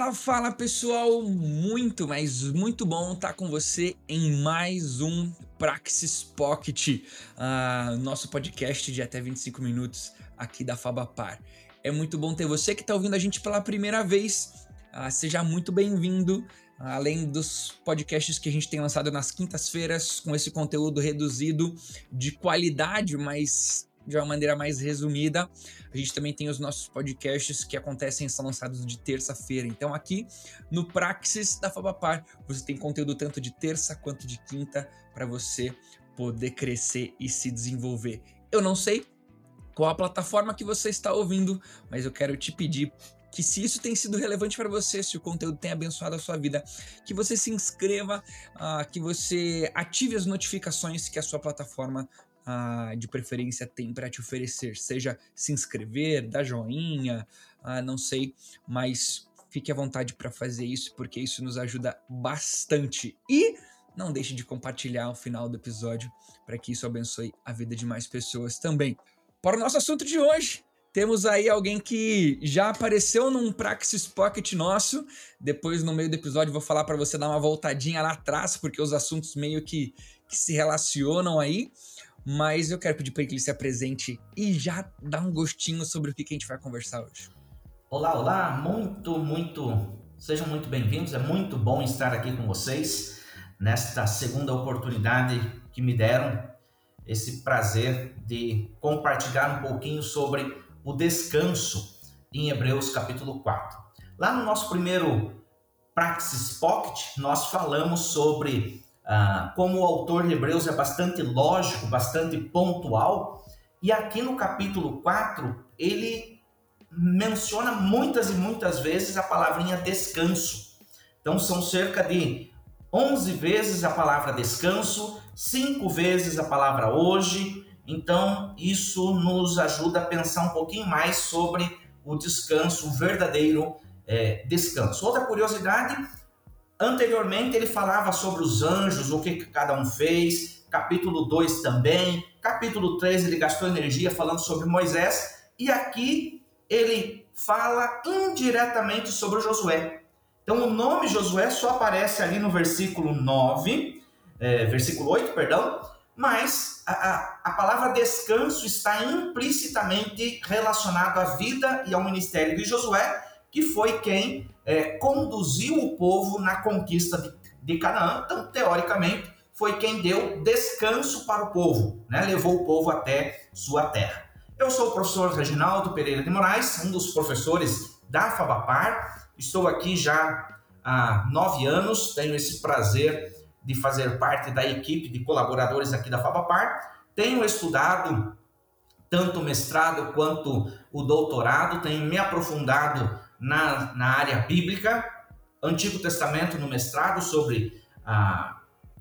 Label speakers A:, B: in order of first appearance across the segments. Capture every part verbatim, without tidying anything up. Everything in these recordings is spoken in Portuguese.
A: Fala, fala pessoal, muito, mas muito bom estar com você em mais um Praxis Pocket, uh, nosso podcast de até vinte e cinco minutos aqui da Fabapar. É muito bom ter você que está ouvindo a gente pela primeira vez, uh, seja muito bem-vindo, uh, além dos podcasts que a gente tem lançado nas quintas-feiras com esse conteúdo reduzido de qualidade, mas de uma maneira mais resumida. A gente também tem os nossos podcasts que acontecem e são lançados de terça-feira. Então aqui no Praxis da Fabapar você tem conteúdo tanto de terça quanto de quinta para você poder crescer e se desenvolver. Eu não sei qual a plataforma que você está ouvindo, mas eu quero te pedir que, se isso tem sido relevante para você, se o conteúdo tem abençoado a sua vida, que você se inscreva, uh, que você ative as notificações que a sua plataforma Uh, de preferência tem para te oferecer, seja se inscrever, dar joinha, uh, não sei, mas fique à vontade para fazer isso, porque isso nos ajuda bastante. E não deixe de compartilhar ao final do episódio, para que isso abençoe a vida de mais pessoas também. Para o nosso assunto de hoje, temos aí alguém que já apareceu num Praxis Pocket nosso. Depois, no meio do episódio, vou falar para você dar uma voltadinha lá atrás, porque os assuntos meio que, que se relacionam aí. Mas eu quero pedir para que ele se apresente e já dá um gostinho sobre o que a gente vai conversar hoje.
B: Olá, olá, muito, muito, sejam muito bem-vindos, é muito bom estar aqui com vocês nesta segunda oportunidade que me deram, esse prazer de compartilhar um pouquinho sobre o descanso em Hebreus capítulo quatro. Lá no nosso primeiro Praxis Pocket, nós falamos sobre Ah, como o autor de Hebreus é bastante lógico, bastante pontual, e aqui no capítulo quatro, ele menciona muitas e muitas vezes a palavrinha descanso. Então são cerca de onze vezes a palavra descanso, cinco vezes a palavra hoje. Então isso nos ajuda a pensar um pouquinho mais sobre o descanso, o verdadeiro é, descanso. Outra curiosidade: anteriormente ele falava sobre os anjos, o que cada um fez, capítulo dois também, capítulo três ele gastou energia falando sobre Moisés, e aqui ele fala indiretamente sobre Josué. Então o nome Josué só aparece ali no versículo nove, é, versículo oito, perdão, mas a, a, a palavra descanso está implicitamente relacionada à vida e ao ministério de Josué, que foi quem é, conduziu o povo na conquista de, de Canaã. Então, teoricamente, foi quem deu descanso para o povo, né? Levou o povo até sua terra. Eu sou o professor Reginaldo Pereira de Moraes, um dos professores da Fabapar. Estou aqui já há nove anos, tenho esse prazer de fazer parte da equipe de colaboradores aqui da Fabapar. Tenho estudado tanto o mestrado quanto o doutorado, tenho me aprofundado Na, na área bíblica, Antigo Testamento no mestrado sobre ah,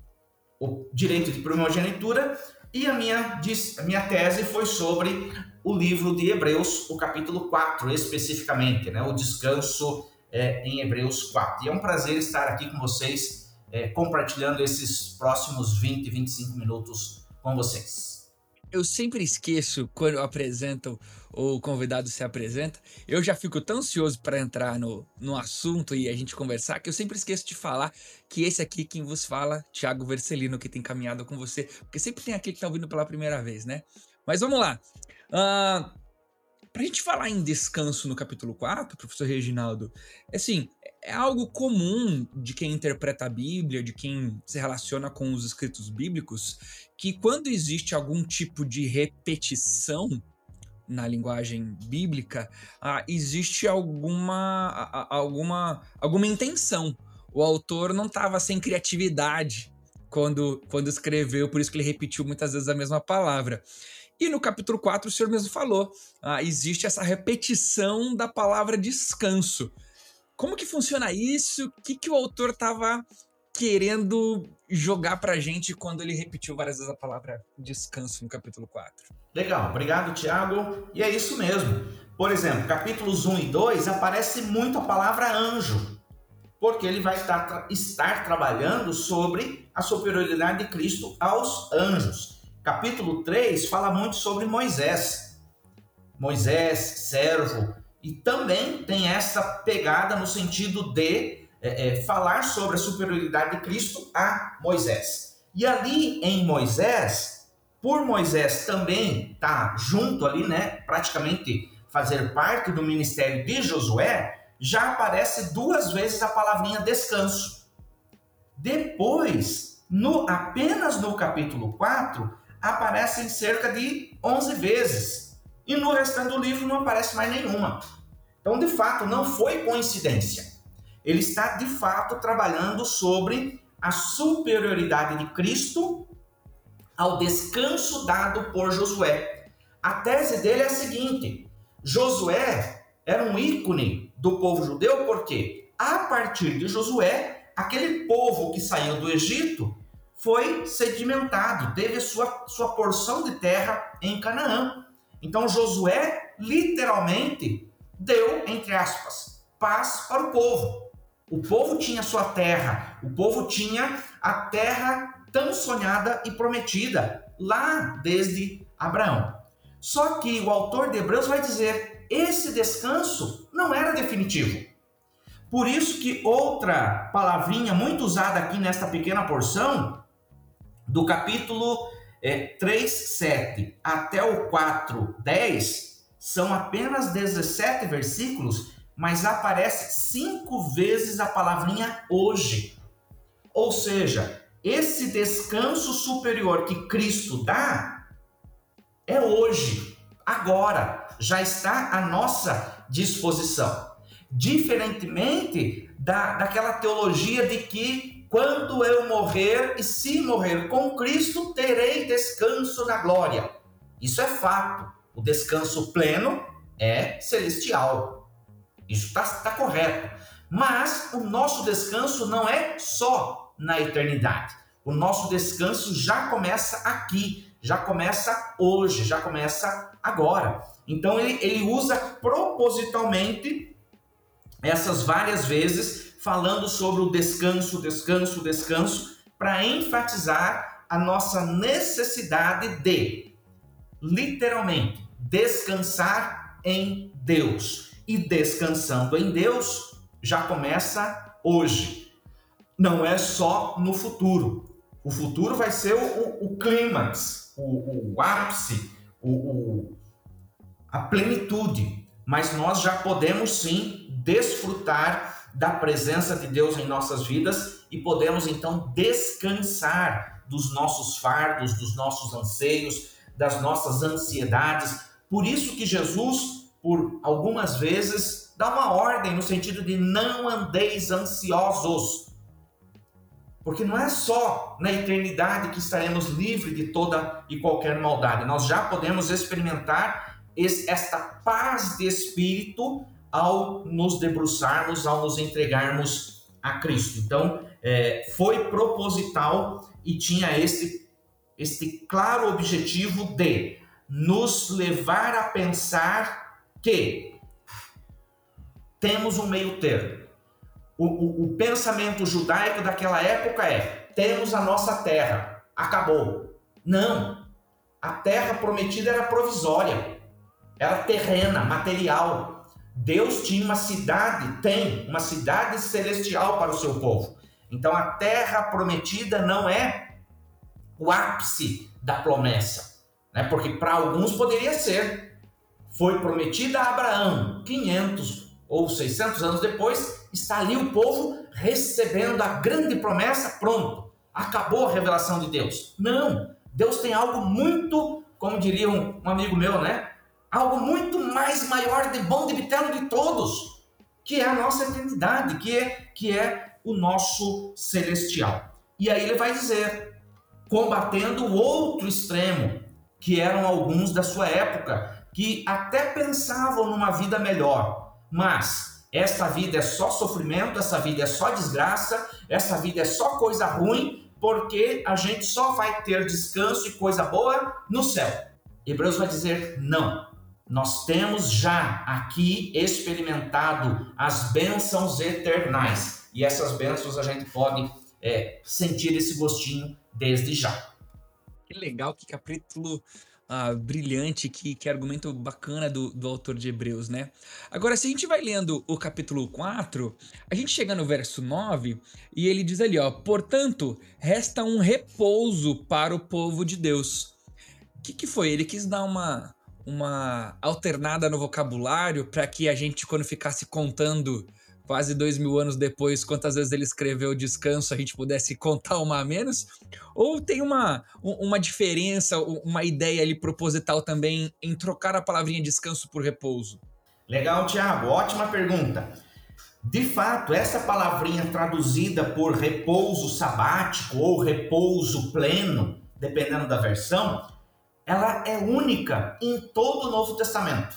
B: o direito de primogenitura, e a minha, a minha tese foi sobre o livro de Hebreus, o capítulo quatro especificamente, né, o descanso é, em Hebreus quatro. E é um prazer estar aqui com vocês, é, compartilhando esses próximos vinte, vinte e cinco minutos com vocês.
A: Eu sempre esqueço quando eu apresento ou o convidado se apresenta. Eu já fico tão ansioso para entrar no, no assunto e a gente conversar, que eu sempre esqueço de falar que esse aqui quem vos fala, Thiago Vercelino, que tem caminhado com você, porque sempre tem aquele que tá ouvindo pela primeira vez, né? Mas vamos lá. Uh, pra gente falar em descanso no capítulo quatro, professor Reginaldo, assim, é algo comum de quem interpreta a Bíblia, de quem se relaciona com os escritos bíblicos, que quando existe algum tipo de repetição na linguagem bíblica, ah, existe alguma, a, alguma, alguma intenção. O autor não estava sem criatividade quando, quando escreveu, por isso que ele repetiu muitas vezes a mesma palavra. E no capítulo quatro o senhor mesmo falou, ah, existe essa repetição da palavra descanso. Como que funciona isso? O que, que o autor estava querendo jogar pra gente quando ele repetiu várias vezes a palavra descanso no capítulo quatro?
B: Legal, obrigado, Tiago. E é isso mesmo. Por exemplo, capítulos um e dois aparece muito a palavra anjo, porque ele vai estar, estar trabalhando sobre a superioridade de Cristo aos anjos. Capítulo três fala muito sobre Moisés. Moisés, servo, E também tem essa pegada no sentido de é, é, falar sobre a superioridade de Cristo a Moisés. E ali em Moisés, por Moisés também estar junto ali, né, praticamente fazer parte do ministério de Josué, já aparece duas vezes a palavrinha descanso. Depois, no, apenas no capítulo quatro, aparecem cerca de onze vezes. E no restante do livro não aparece mais nenhuma. Então, de fato, não foi coincidência. Ele está, de fato, trabalhando sobre a superioridade de Cristo ao descanso dado por Josué. A tese dele é a seguinte: Josué era um ícone do povo judeu porque, a partir de Josué, aquele povo que saiu do Egito foi sedimentado, teve sua, sua porção de terra em Canaã. Então, Josué, literalmente, deu, entre aspas, paz para o povo. O povo tinha sua terra, o povo tinha a terra tão sonhada e prometida, lá desde Abraão. Só que o autor de Hebreus vai dizer, esse descanso não era definitivo. Por isso que outra palavrinha muito usada aqui nesta pequena porção, do capítulo é, três, sete até o quatro, dez, são apenas dezessete versículos, mas aparece cinco vezes a palavrinha hoje. Ou seja, esse descanso superior que Cristo dá é hoje, agora, já está à nossa disposição. Diferentemente da, daquela teologia de que quando eu morrer, e se morrer com Cristo, terei descanso na glória. Isso é fato. O descanso pleno é celestial. Isso está tá correto. Mas o nosso descanso não é só na eternidade. O nosso descanso já começa aqui, já começa hoje, já começa agora. Então ele, ele usa propositalmente essas várias vezes, falando sobre o descanso, descanso, descanso, para enfatizar a nossa necessidade de, literalmente, descansar em Deus. E descansando em Deus, já começa hoje. Não é só no futuro. O futuro vai ser o, o, o clímax, o, o ápice, o, o, a plenitude. Mas nós já podemos sim desfrutar da presença de Deus em nossas vidas e podemos então descansar dos nossos fardos, dos nossos anseios, das nossas ansiedades. Por isso que Jesus, por algumas vezes, dá uma ordem no sentido de não andeis ansiosos. Porque não é só na eternidade que estaremos livres de toda e qualquer maldade. Nós já podemos experimentar esta paz de espírito ao nos debruçarmos, ao nos entregarmos a Cristo. Então, é, foi proposital e tinha este, este claro objetivo de nos levar a pensar que temos um meio termo. O, o, o pensamento judaico daquela época é, temos a nossa terra, acabou. Não, a terra prometida era provisória, era terrena, material. Deus tinha uma cidade, tem uma cidade celestial para o seu povo. Então a terra prometida não é o ápice da promessa, né? Porque para alguns poderia ser. Foi prometida a Abraão, quinhentos ou seiscentos anos depois, está ali o povo recebendo a grande promessa, pronto, acabou a revelação de Deus. Não, Deus tem algo muito, como diria um, um amigo meu, né? Algo muito mais maior, de bom, de eterno de todos, que é a nossa eternidade, que é, que é o nosso celestial. E aí ele vai dizer, combatendo o outro extremo, que eram alguns da sua época, que até pensavam numa vida melhor, mas esta vida é só sofrimento, essa vida é só desgraça, essa vida é só coisa ruim, porque a gente só vai ter descanso e coisa boa no céu. Hebreus vai dizer não. Nós temos já aqui experimentado as bênçãos eternais. E essas bênçãos a gente pode é, sentir esse gostinho desde já.
A: Que legal, que capítulo ah, brilhante, que, que argumento bacana do, do autor de Hebreus, né? Agora, se a gente vai lendo o capítulo quatro, a gente chega no verso nove e ele diz ali, ó, portanto, resta um repouso para o povo de Deus. O que, que foi? Ele quis dar uma, uma alternada no vocabulário para que a gente, quando ficasse contando quase dois mil anos depois, quantas vezes ele escreveu descanso, a gente pudesse contar uma a menos? Ou tem uma, uma diferença, uma ideia ali proposital também em trocar a palavrinha descanso por repouso?
B: Legal, Tiago, ótima pergunta. De fato, essa palavrinha traduzida por repouso sabático ou repouso pleno, dependendo da versão, ela é única em todo o Novo Testamento.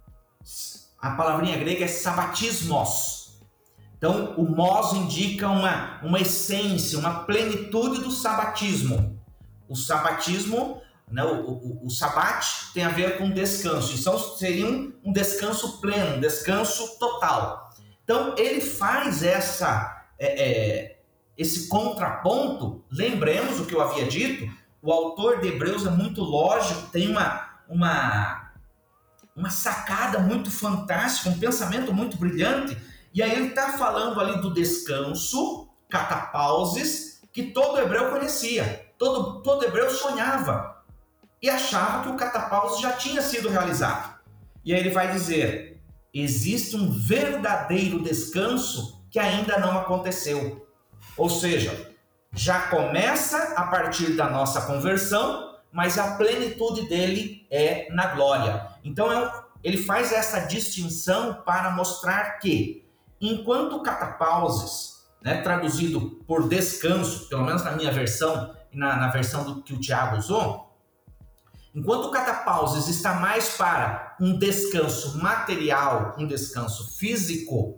B: A palavrinha grega é sabatismos. Então, o mos indica uma, uma essência, uma plenitude do sabatismo. O sabatismo, né, o, o, o sabat tem a ver com descanso. Então, seria um, um descanso pleno, um descanso total. Então, ele faz essa, é, é, esse contraponto. Lembremos o que eu havia dito, o autor de Hebreus é muito lógico, tem uma, uma, uma sacada muito fantástica, um pensamento muito brilhante. E aí ele está falando ali do descanso, catapauses, que todo hebreu conhecia. Todo, todo hebreu sonhava e achava que o catapauses já tinha sido realizado. E aí ele vai dizer, existe um verdadeiro descanso que ainda não aconteceu. Ou seja, já começa a partir da nossa conversão, mas a plenitude dele é na glória. Então ele faz essa distinção para mostrar que enquanto catapauses, né, traduzido por descanso, pelo menos na minha versão e na, na versão do que o Tiago usou, enquanto catapauses está mais para um descanso material, um descanso físico,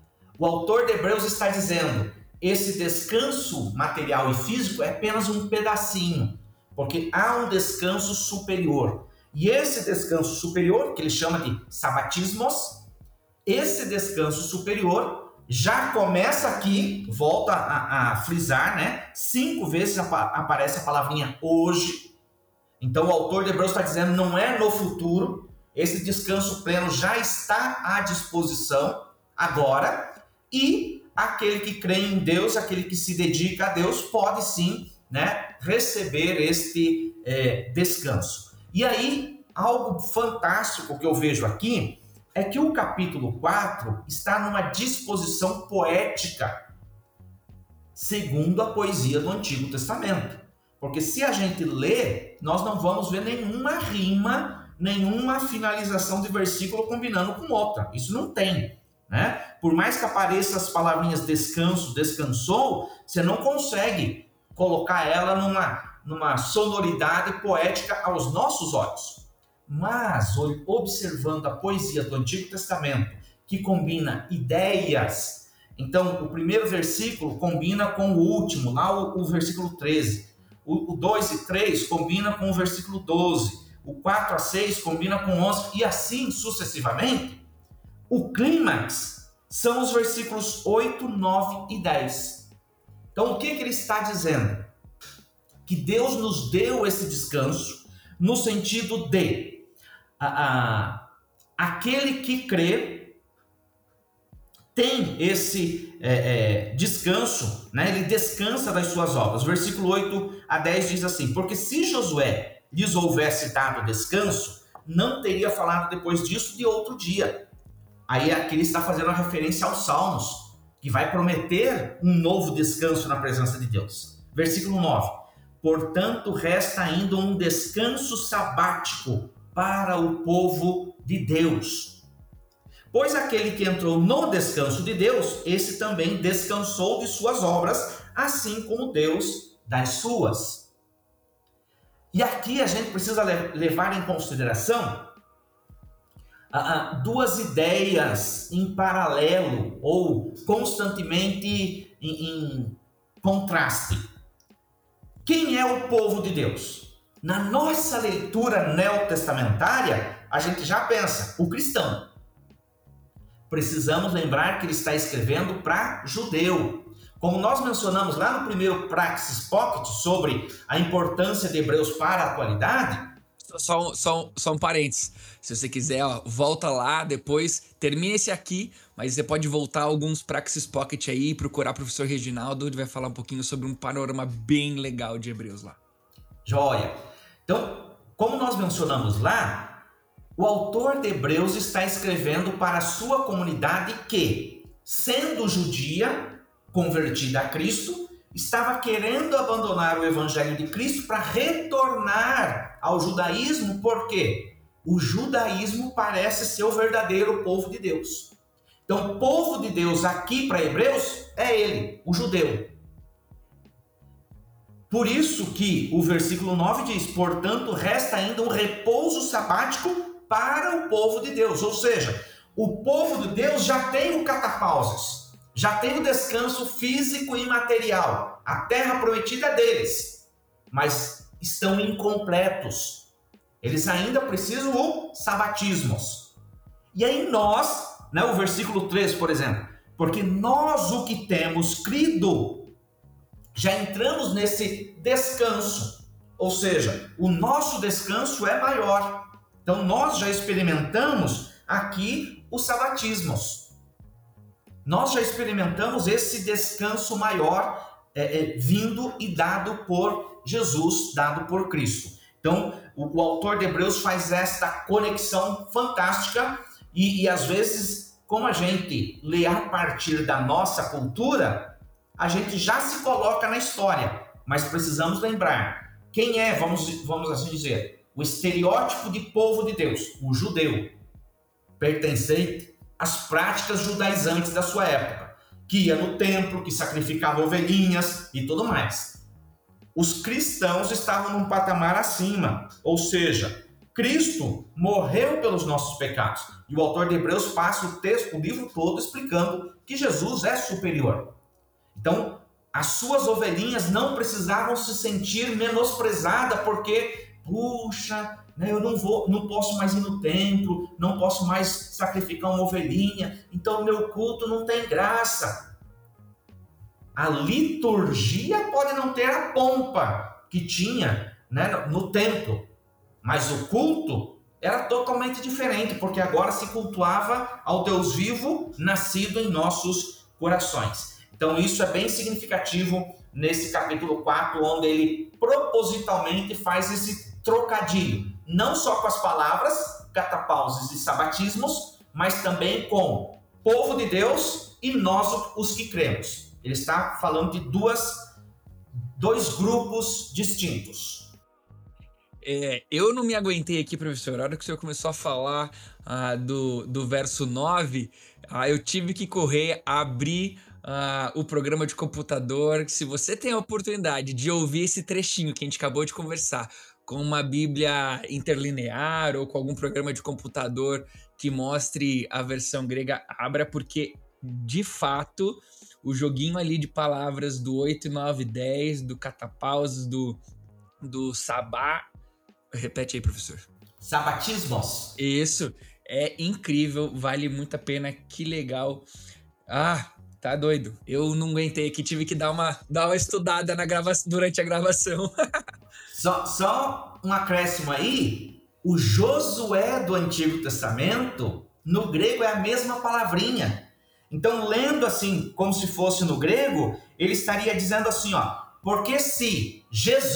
B: o autor de Hebreus está dizendo, esse descanso material e físico é apenas um pedacinho, porque há um descanso superior. E esse descanso superior, que ele chama de sabatismos, esse descanso superior já começa aqui, volta a, a frisar, né? Cinco vezes aparece a palavrinha hoje. Então o autor de Hebreus está dizendo, não é no futuro, esse descanso pleno já está à disposição agora, e aquele que crê em Deus, aquele que se dedica a Deus, pode sim, né, receber este é, descanso. E aí, algo fantástico que eu vejo aqui, é que o capítulo quatro está numa disposição poética, segundo a poesia do Antigo Testamento. Porque se a gente lê, nós não vamos ver nenhuma rima, nenhuma finalização de versículo combinando com outra. Isso não tem, né? Por mais que apareçam as palavrinhas descanso, descansou, você não consegue colocar ela numa, numa sonoridade poética aos nossos olhos. Mas, observando a poesia do Antigo Testamento, que combina ideias, então o primeiro versículo combina com o último, lá o, o versículo treze, o, o dois e três combina com o versículo doze, o quatro a seis combina com onze, e assim sucessivamente, o clímax são os versículos oito, nove e dez. Então o que, que ele está dizendo? Que Deus nos deu esse descanso no sentido de A, a, aquele que crê tem esse é, é, descanso, né? Ele descansa das suas obras. Versículo oito a dez diz assim, porque se Josué lhes houvesse dado descanso, não teria falado depois disso de outro dia. Aí aqui ele está fazendo uma referência aos Salmos, que vai prometer um novo descanso na presença de Deus. Versículo nove, portanto resta ainda um descanso sabático para o povo de Deus. Pois aquele que entrou no descanso de Deus, esse também descansou de suas obras, assim como Deus das suas. E aqui a gente precisa levar em consideração duas ideias em paralelo ou constantemente em, em contraste. Quem é o povo de Deus? Na nossa leitura neotestamentária, a gente já pensa, o cristão. Precisamos lembrar que ele está escrevendo para judeu. Como nós mencionamos lá no primeiro Praxis Pocket sobre a importância de Hebreus para a atualidade,
A: Só, só, só um parênteses. Se você quiser, ó, volta lá depois, termina esse aqui, mas você pode voltar alguns Praxis Pocket aí e procurar o professor Reginaldo, ele vai falar um pouquinho sobre um panorama bem legal de Hebreus lá.
B: Joia! Então, como nós mencionamos lá, o autor de Hebreus está escrevendo para a sua comunidade que, sendo judia, convertida a Cristo, estava querendo abandonar o evangelho de Cristo para retornar ao judaísmo, porque o judaísmo parece ser o verdadeiro povo de Deus. Então, o povo de Deus aqui para Hebreus é ele, o judeu. Por isso que o versículo nove diz: portanto, resta ainda um repouso sabático para o povo de Deus. Ou seja, o povo de Deus já tem o catapauses, já tem o descanso físico e material. A terra prometida é deles, mas estão incompletos. Eles ainda precisam o sabatismos. E aí nós, né, o versículo três, por exemplo, porque nós o que temos crido, já entramos nesse descanso, ou seja, o nosso descanso é maior. Então nós já experimentamos aqui os sabatismos. Nós já experimentamos esse descanso maior é, é, vindo e dado por Jesus, dado por Cristo. Então o, o autor de Hebreus faz esta conexão fantástica e, e às vezes, como a gente lê a partir da nossa cultura, a gente já se coloca na história, mas precisamos lembrar quem é, vamos, vamos assim dizer, o estereótipo de povo de Deus, o judeu, pertencente às práticas judaizantes da sua época, que ia no templo, que sacrificava ovelhinhas e tudo mais. Os cristãos estavam num patamar acima, ou seja, Cristo morreu pelos nossos pecados, e o autor de Hebreus passa o texto, o livro todo explicando que Jesus é superior. Então, as suas ovelhinhas não precisavam se sentir menosprezadas porque, puxa, né, eu não vou, não posso mais ir no templo, não posso mais sacrificar uma ovelhinha, então o meu culto não tem graça. A liturgia pode não ter a pompa que tinha, né, no templo, mas o culto era totalmente diferente, porque agora se cultuava ao Deus vivo, nascido em nossos corações. Então isso é bem significativo nesse capítulo quatro, onde ele propositalmente faz esse trocadilho, não só com as palavras catapauses e sabatismos, mas também com povo de Deus e nós os que cremos. Ele está falando de duas, dois grupos distintos.
A: É, eu não me aguentei aqui, professor. A hora que o senhor começou a falar ah, do, do verso nove, ah, eu tive que correr, abrir Uh, o programa de computador. Se você tem a oportunidade de ouvir esse trechinho que a gente acabou de conversar com uma Bíblia interlinear ou com algum programa de computador que mostre a versão grega, abra, porque de fato o joguinho ali de palavras do oito, nove, dez, do catapauses, do, do sabá, repete aí, professor.
B: Sabatismos.
A: Isso, é incrível, vale muito a pena, que legal. Ah, tá doido. Eu não aguentei aqui, tive que dar uma, dar uma estudada na grava... durante a gravação.
B: só, só um acréscimo aí, o Josué do Antigo Testamento, no grego é a mesma palavrinha. Então, lendo assim, como se fosse no grego, ele estaria dizendo assim, ó, porque se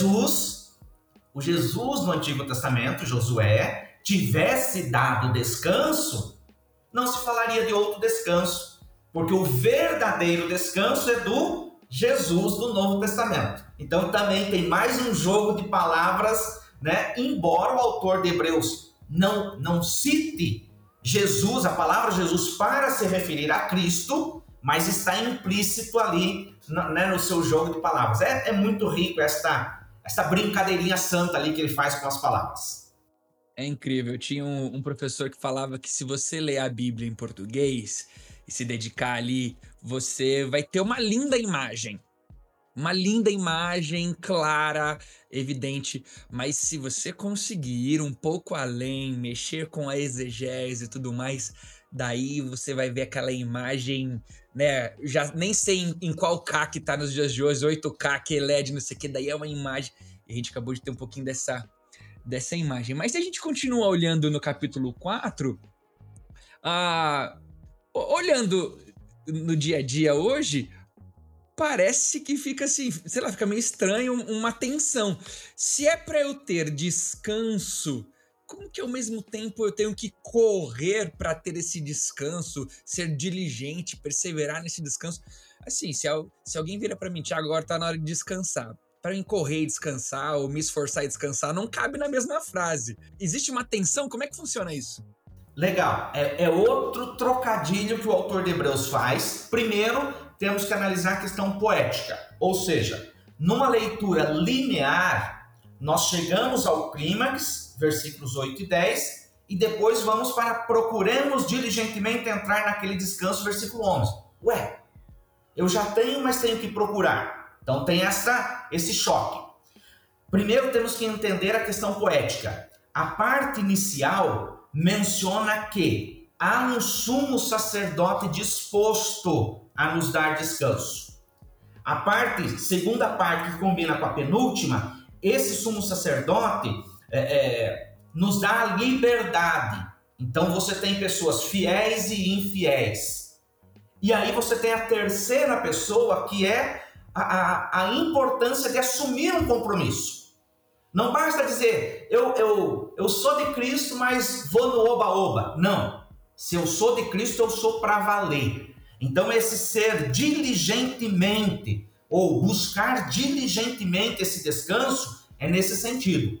B: Jesus, o Jesus do Antigo Testamento, Josué, tivesse dado descanso, não se falaria de outro descanso. Porque o verdadeiro descanso é do Jesus do Novo Testamento. Então também tem mais um jogo de palavras, né? Embora o autor de Hebreus não, não cite Jesus, a palavra Jesus, para se referir a Cristo, mas está implícito ali, né, no seu jogo de palavras. É, é muito rico esta, esta brincadeirinha santa ali que ele faz com as palavras.
A: É incrível. Eu tinha um, um professor que falava que se você ler a Bíblia em português e se dedicar ali, você vai ter uma linda imagem. Uma linda imagem, clara, evidente. Mas se você conseguir ir um pouco além, mexer com a exegese e tudo mais, daí você vai ver aquela imagem, né? Já nem sei em, em qual K que tá nos dias de hoje, oito K, que L E D, não sei o que, daí é uma imagem. E a gente acabou de ter um pouquinho dessa... dessa imagem. Mas se a gente continua olhando no capítulo quatro, ah, olhando no dia a dia hoje, parece que fica assim, sei lá, fica meio estranho, uma tensão. Se é para eu ter descanso, como que ao mesmo tempo eu tenho que correr para ter esse descanso, ser diligente, perseverar nesse descanso? Assim, se, se alguém vira para mim, Thiago, agora tá na hora de descansar. Para mim correr e descansar, ou me esforçar e descansar, não cabe na mesma frase. Existe uma tensão? Como é que funciona isso?
B: Legal, é, é outro trocadilho que o autor de Hebreus faz. Primeiro, temos que analisar a questão poética, ou seja, numa leitura linear, nós chegamos ao clímax, versículos oito e dez, e depois vamos para procuremos diligentemente entrar naquele descanso, versículo onze. Ué, eu já tenho, mas tenho que procurar. Então tem essa, esse choque. Primeiro temos que entender a questão poética. A parte inicial menciona que há um sumo sacerdote disposto a nos dar descanso. A parte, segunda parte que combina com a penúltima, esse sumo sacerdote é, é, nos dá a liberdade. Então você tem pessoas fiéis e infiéis. E aí você tem a terceira pessoa, que é a, a, a importância de assumir um compromisso. Não basta dizer, eu, eu, eu sou de Cristo, mas vou no oba-oba. Não. Se eu sou de Cristo, eu sou para valer. Então, esse ser diligentemente, ou buscar diligentemente esse descanso, é nesse sentido.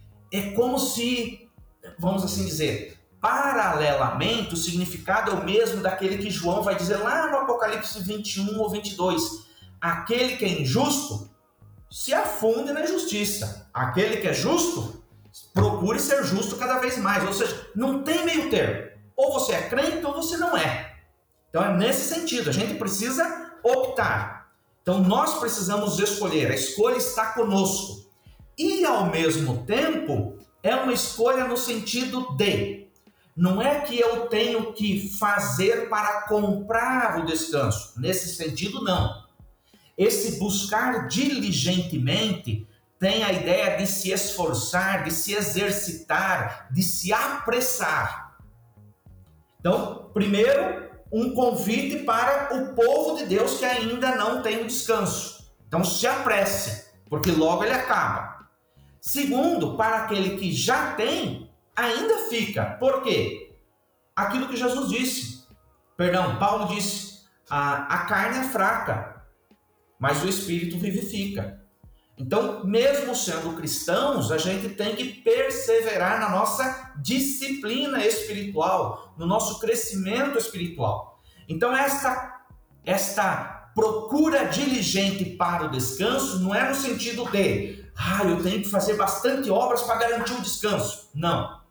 B: É como se, vamos assim dizer, paralelamente, o significado é o mesmo daquele que João vai dizer lá no Apocalipse vinte e um ou vinte e dois. Aquele que é injusto, se afunde na injustiça. Aquele que é justo, procure ser justo cada vez mais. Ou seja, não tem meio termo. Ou você é crente ou você não é. Então é nesse sentido, a gente precisa optar. Então nós precisamos escolher, a escolha está conosco. E ao mesmo tempo, é uma escolha no sentido de, não é que eu tenho que fazer para comprar o descanso. Nesse sentido, não. Esse buscar diligentemente tem a ideia de se esforçar, de se exercitar, de se apressar. Então, primeiro, um convite para o povo de Deus que ainda não tem o descanso. Então, se apresse, porque logo ele acaba. Segundo, para aquele que já tem, ainda fica. Por quê? Aquilo que Jesus disse. Perdão, Paulo disse, a, a carne é fraca, mas o Espírito vivifica. Então, mesmo sendo cristãos, a gente tem que perseverar na nossa disciplina espiritual, no nosso crescimento espiritual. Então, esta, esta procura diligente para o descanso não é no sentido de, ah, eu tenho que fazer bastante obras para garantir o descanso. Não.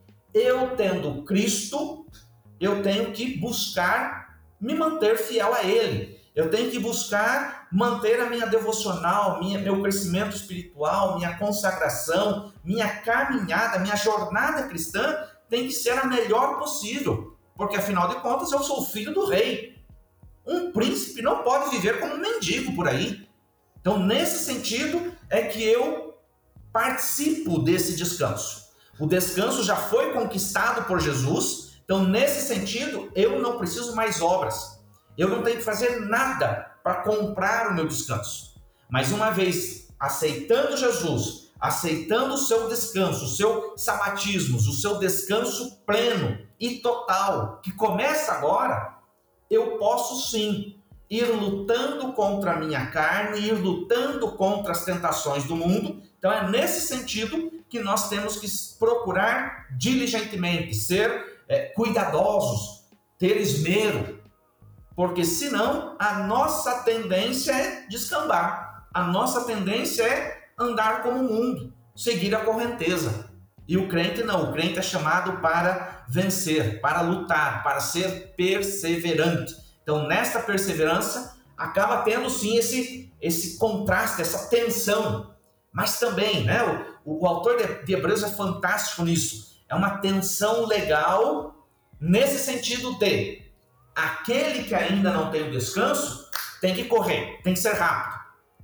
B: Eu tendo Cristo, eu tenho que buscar me manter fiel a Ele. Eu tenho que buscar manter a minha devocional, minha, meu crescimento espiritual, minha consagração, minha caminhada, minha jornada cristã tem que ser a melhor possível, porque afinal de contas eu sou filho do rei. Um príncipe não pode viver como um mendigo por aí. Então, nesse sentido, é que eu participo desse descanso. O descanso já foi conquistado por Jesus, então, nesse sentido, eu não preciso mais obras. Eu não tenho que fazer nada para comprar o meu descanso. Mas uma vez aceitando Jesus, aceitando o seu descanso, o seu sabatismo, o seu descanso pleno e total, que começa agora, eu posso sim ir lutando contra a minha carne, ir lutando contra as tentações do mundo. Então é nesse sentido que nós temos que procurar diligentemente, ser é, cuidadosos, ter esmero, porque senão a nossa tendência é descambar, a nossa tendência é andar como o mundo, seguir a correnteza. E o crente não, o crente é chamado para vencer, para lutar, para ser perseverante. Então nesta perseverança acaba tendo sim esse, esse contraste, essa tensão, mas também, né, o, o autor de, de Hebreus é fantástico nisso, é uma tensão legal nesse sentido de aquele que ainda não tem o descanso tem que correr, tem que ser rápido.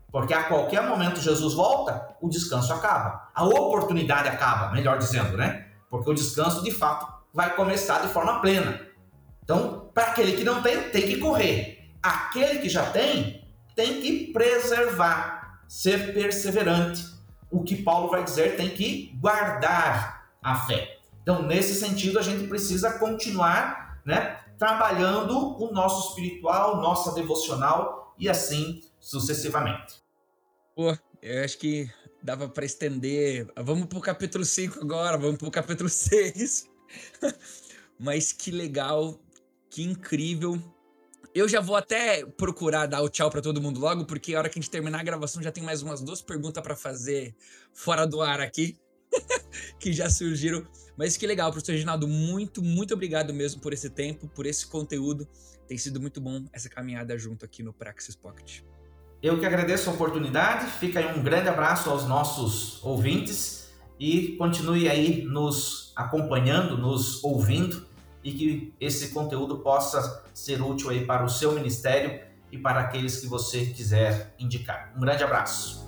B: Porque a qualquer momento Jesus volta, o descanso acaba. A oportunidade acaba, melhor dizendo, né? Porque o descanso, de fato, vai começar de forma plena. Então, para aquele que não tem, tem que correr. Aquele que já tem, tem que preservar, ser perseverante. O que Paulo vai dizer, tem que guardar a fé. Então, nesse sentido, a gente precisa continuar, né, trabalhando o nosso espiritual, nossa devocional e assim sucessivamente.
A: Pô, eu acho que dava para estender. Vamos pro capítulo cinco agora, vamos pro capítulo seis. Mas que legal, que incrível. Eu já vou até procurar dar o tchau para todo mundo logo, porque a hora que a gente terminar a gravação já tem mais umas duas perguntas para fazer fora do ar aqui, que já surgiram. Mas que legal, professor Reginaldo, muito, muito obrigado mesmo por esse tempo, por esse conteúdo. Tem sido muito bom essa caminhada junto aqui no Praxis Pocket.
B: Eu que agradeço a oportunidade, fica aí um grande abraço aos nossos ouvintes e continue aí nos acompanhando, nos ouvindo, e que esse conteúdo possa ser útil aí para o seu ministério e para aqueles que você quiser indicar. Um grande abraço.